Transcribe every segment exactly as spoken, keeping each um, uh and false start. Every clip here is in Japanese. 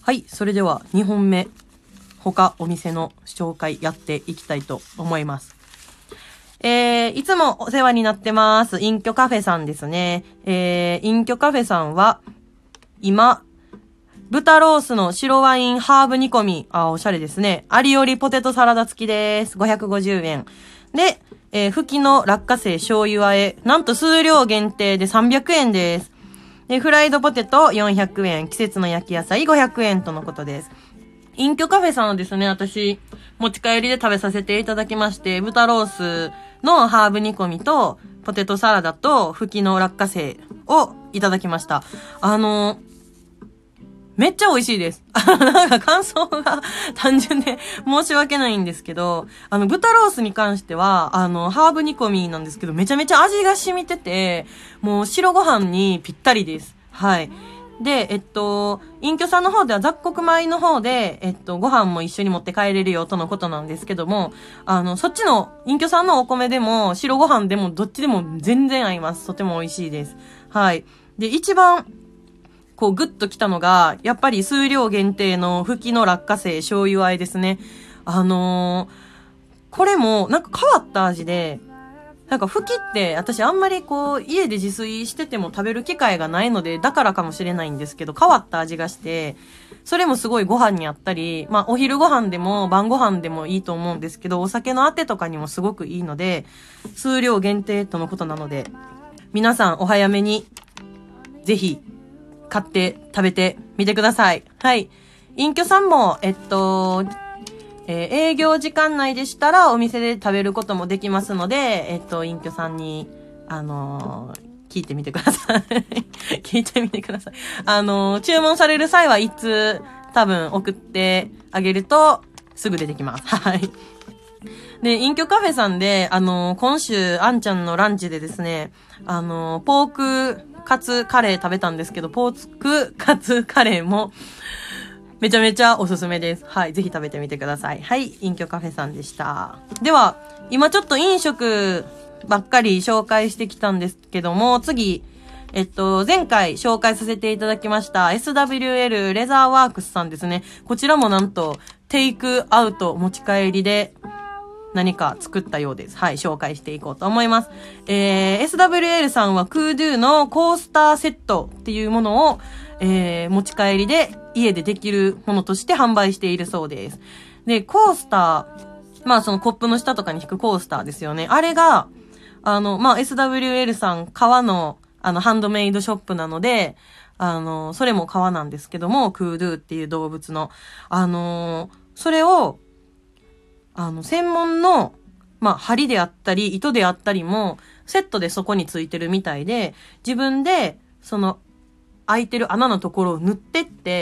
はい、それではにほんめ、他お店の紹介やっていきたいと思います。えー、いつもお世話になってます。隠居カフェさんですね。えー、隠居カフェさんは、今、豚ロースの白ワインハーブ煮込み。あ、おしゃれですね。アリオリポテトサラダ付きです。ごひゃくごじゅうえん。で、えー、ふきの落花生醤油和え。なんと数量限定でさんびゃくえんです。で、フライドポテトよんひゃくえん。季節の焼き野菜ごひゃくえんとのことです。隠居カフェさんはですね、私、持ち帰りで食べさせていただきまして、豚ロースのハーブ煮込みと、ポテトサラダと、ふきの落花生をいただきました。あのー、めっちゃ美味しいです。なんか感想が単純で申し訳ないんですけど、あの、豚ロースに関しては、あの、ハーブ煮込みなんですけど、めちゃめちゃ味が染みてて、もう白ご飯にぴったりです。はい。で、えっと、隠居さんの方では雑穀米の方で、えっと、ご飯も一緒に持って帰れるよとのことなんですけども、あの、そっちの、隠居さんのお米でも、白ご飯でも、どっちでも全然合います。とても美味しいです。はい。で、一番、こうグッときたのが、やっぱり数量限定のふきの落花生醤油和えですね。あのー、これもなんか変わった味で、なんかふきって私あんまりこう家で自炊してても食べる機会がないので、だからかもしれないんですけど、変わった味がして、それもすごいご飯にあったり、まあお昼ご飯でも晩ご飯でもいいと思うんですけど、お酒のあてとかにもすごくいいので、数量限定とのことなので、皆さんお早めに、ぜひ、買って食べてみてください。はい。隠居さんも、えっと、えー、営業時間内でしたらお店で食べることもできますので、えっと、隠居さんに、あのー、聞いてみてください。聞いてみてください。あのー、注文される際はいつ多分送ってあげるとすぐ出てきます。はい。で、隠居カフェさんで、あのー、今週、あんちゃんのランチでですね、あのー、ポーク、カツカレー食べたんですけど、ポークカツカレーもめちゃめちゃおすすめです。はい。ぜひ食べてみてください。はい。隠居カフェさんでした。では、今ちょっと飲食ばっかり紹介してきたんですけども、次、えっと、前回紹介させていただきました エスダブリューエル レザーワークスさんですね。こちらもなんと、テイクアウト持ち帰りで、何か作ったようです。はい、紹介していこうと思います。えー、エスダブリューエル さんはクードゥのコースターセットっていうものを、えー、持ち帰りで家でできるものとして販売しているそうです。で、コースター、まあそのコップの下とかに引くコースターですよね。あれが、あの、まあ エスダブリューエル さん、革の、あの、ハンドメイドショップなので、あの、それも革なんですけども、クードゥっていう動物の、あの、それを、あの、専門の、まあ、針であったり、糸であったりも、セットでそこについてるみたいで、自分で、その、開いてる穴のところを塗ってって、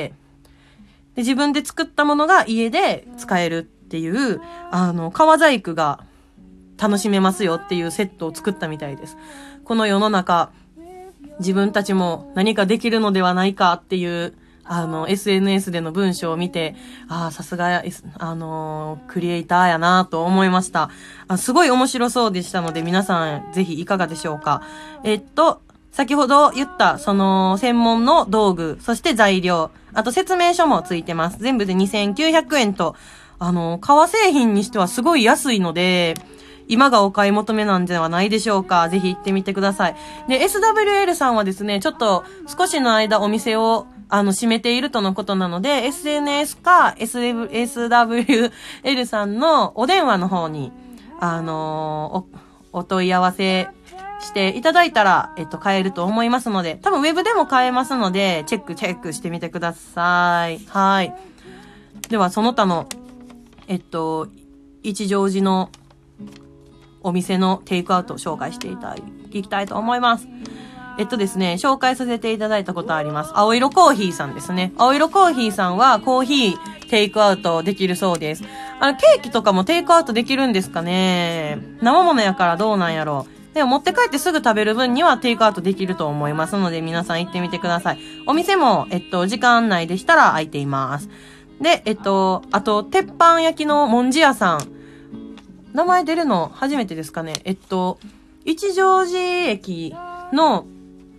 で、自分で作ったものが家で使えるっていう、あの、革細工が楽しめますよっていうセットを作ったみたいです。この世の中、自分たちも何かできるのではないかっていう、あの、エスエヌエス での文章を見て、ああ、さすが、あのー、クリエイターやなと思いました。あ、すごい面白そうでしたので、皆さん、ぜひいかがでしょうか。えっと、先ほど言った、その、専門の道具、そして材料、あと説明書もついてます。全部でにせんきゅうひゃくえんと、あの、革製品にしてはすごい安いので、今がお買い求めなんではないでしょうか。ぜひ行ってみてください。で、エスダブリューエル さんはですね、ちょっと少しの間お店をあの、閉めているとのことなので、エスエヌエス か エスダブリューエル さんのお電話の方に、あのー、お、お問い合わせしていただいたら、えっと、買えると思いますので、多分ウェブでも買えますので、チェックチェックしてみてください。はい。では、その他の、えっと、一乗寺のお店のテイクアウトを紹介していただきたいと思います。えっとですね、紹介させていただいたことあります。青色コーヒーさんですね。青色コーヒーさんはコーヒーテイクアウトできるそうです。あの、ケーキとかもテイクアウトできるんですかね。生物やからどうなんやろう。でも持って帰ってすぐ食べる分にはテイクアウトできると思いますので、皆さん行ってみてください。お店も、えっと、時間内でしたら開いています。で、えっと、あと、鉄板焼きのもんじ屋さん。名前出るの初めてですかね。えっと、一乗寺駅の、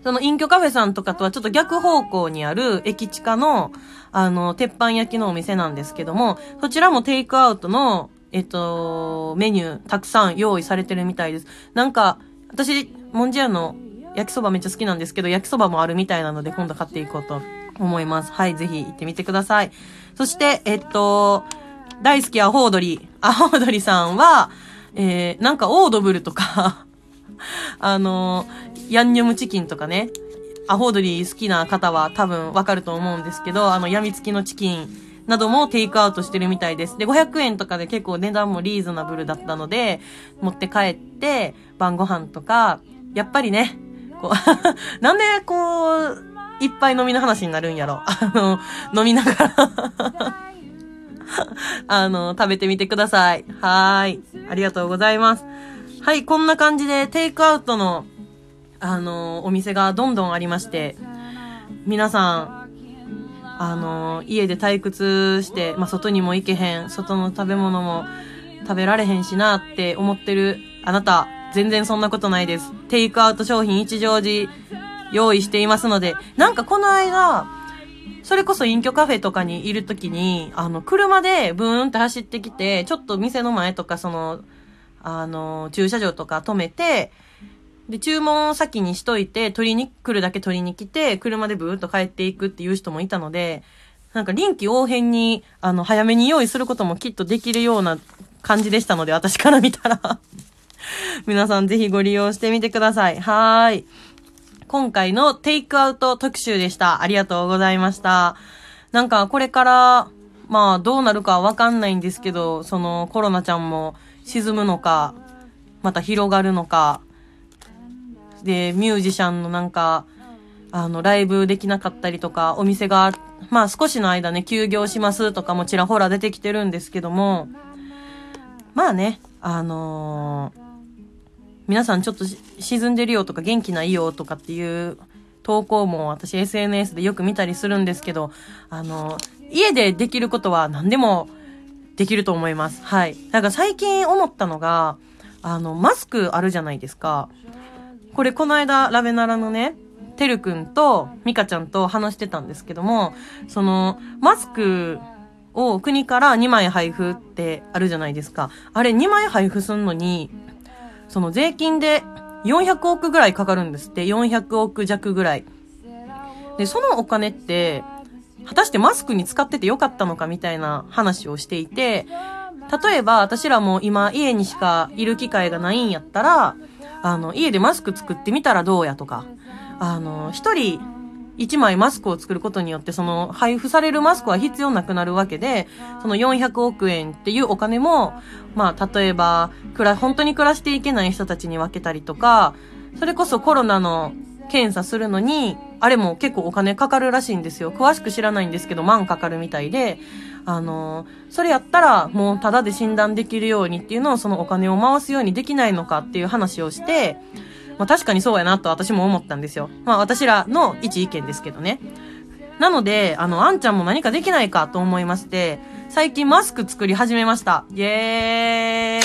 その隠居カフェさんとかとはちょっと逆方向にある駅地下の、あの、鉄板焼きのお店なんですけども、そちらもテイクアウトの、えっと、メニューたくさん用意されてるみたいです。なんか、私、もんじ屋の焼きそばめっちゃ好きなんですけど、焼きそばもあるみたいなので、今度買っていこうと思います。はい、ぜひ行ってみてください。そして、えっと、大好きアホウドリ、アホウドリさんは、えー、なんかオードブルとか、あの、ヤンニョムチキンとかね、アホウドリ好きな方は多分わかると思うんですけど、あの、やみつきのチキンなどもテイクアウトしてるみたいです。で、ごひゃくえんとかで結構値段もリーズナブルだったので、持って帰って晩ご飯とか、やっぱりね、こう、なんでこう、いっぱい飲みの話になるんやろ。あの、飲みながら、あの、食べてみてください。はーい。ありがとうございます。はい、こんな感じでテイクアウトの、あの、お店がどんどんありまして、皆さん、あの、家で退屈して、まあ、外にも行けへん、外の食べ物も食べられへんしなって思ってるあなた、全然そんなことないです。テイクアウト商品一常時用意していますので、なんかこの間、それこそ隠居カフェとかにいるときに、あの、車でブーンって走ってきて、ちょっと店の前とか、その、あの、駐車場とか止めて、で、注文を先にしといて、取りに来るだけ取りに来て、車でブーンと帰っていくっていう人もいたので、なんか臨機応変に、あの、早めに用意することもきっとできるような感じでしたので、私から見たら。皆さんぜひご利用してみてください。はーい。今回のテイクアウト特集でした。ありがとうございました。なんかこれから、まあどうなるかわかんないんですけど、そのコロナちゃんも沈むのか、また広がるのか、で、ミュージシャンのなんか、あの、ライブできなかったりとか、お店が、まあ少しの間ね、休業しますとかもちらほら出てきてるんですけども、まあね、あのー、皆さんちょっと沈んでるよとか元気ないよとかっていう投稿も私 エスエヌエス でよく見たりするんですけど、あの、家でできることは何でもできると思います。はい。なんか最近思ったのが、あの、マスクあるじゃないですか。これこの間ラベナラのね、てるくんとミカちゃんと話してたんですけども、その、マスクを国からにまい配布ってあるじゃないですか。あれにまい配布すんのに、その税金でよんひゃくおくぐらいかかるんですって。よんひゃくおく弱ぐらい。で、そのお金って、果たしてマスクに使っててよかったのかみたいな話をしていて、例えば私らも今家にしかいる機会がないんやったら、あの、家でマスク作ってみたらどうやとか、あの、一人一枚マスクを作ることによって、その配布されるマスクは必要なくなるわけで、そのよんひゃくおくえんっていうお金も、まあ、例えば、くら、本当に暮らしていけない人たちに分けたりとか、それこそコロナの検査するのに、あれも結構お金かかるらしいんですよ。詳しく知らないんですけど、万かかるみたいで、あの、それやったらもうタダで診断できるようにっていうのを、そのお金を回すようにできないのかっていう話をして、まあ確かにそうやなと私も思ったんですよ。まあ私らの一意見ですけどね。なので、あの、あんちゃんも何かできないかと思いまして、最近マスク作り始めました。イエーイ。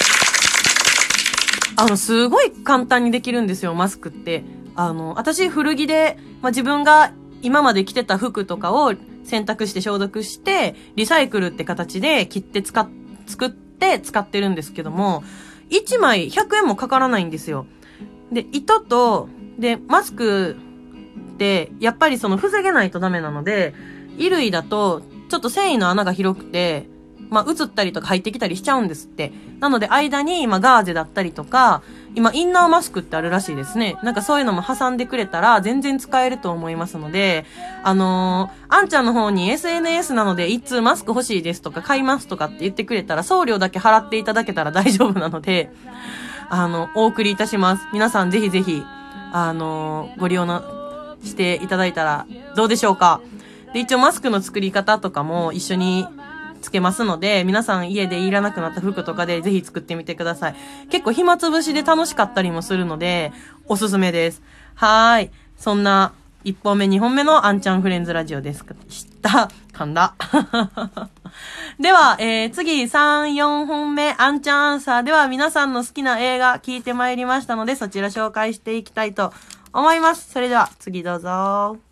あの、すごい簡単にできるんですよ、マスクって。あの、私古着で、まあ自分が今まで着てた服とかを洗濯して消毒して、リサイクルって形で切って使っ、作って使ってるんですけども、いちまいひゃくえんもかからないんですよ。で、糸と、で、マスクって、やっぱりその、防げないとダメなので、衣類だと、ちょっと繊維の穴が広くて、まあ、映ったりとか入ってきたりしちゃうんですって。なので、間に、今、ガーゼだったりとか、今、インナーマスクってあるらしいですね。なんかそういうのも挟んでくれたら、全然使えると思いますので、あのー、あんちゃんの方に エスエヌエス なので、一通マスク欲しいですとか、買いますとかって言ってくれたら、送料だけ払っていただけたら大丈夫なので、あの、お送りいたします。皆さんぜひぜひ、あの、ご利用な、していただいたらどうでしょうか。で、一応マスクの作り方とかも一緒につけますので、皆さん家でいらなくなった服とかでぜひ作ってみてください。結構暇つぶしで楽しかったりもするので、おすすめです。はーい。そんないっぽんめにほんめのあんちゃんフレンズラジオです。知った噛んだ。では、えー、次さん、よんほんめあんちゃんアンサーでは皆さんの好きな映画聞いてまいりましたので、そちら紹介していきたいと思います。それでは次どうぞ。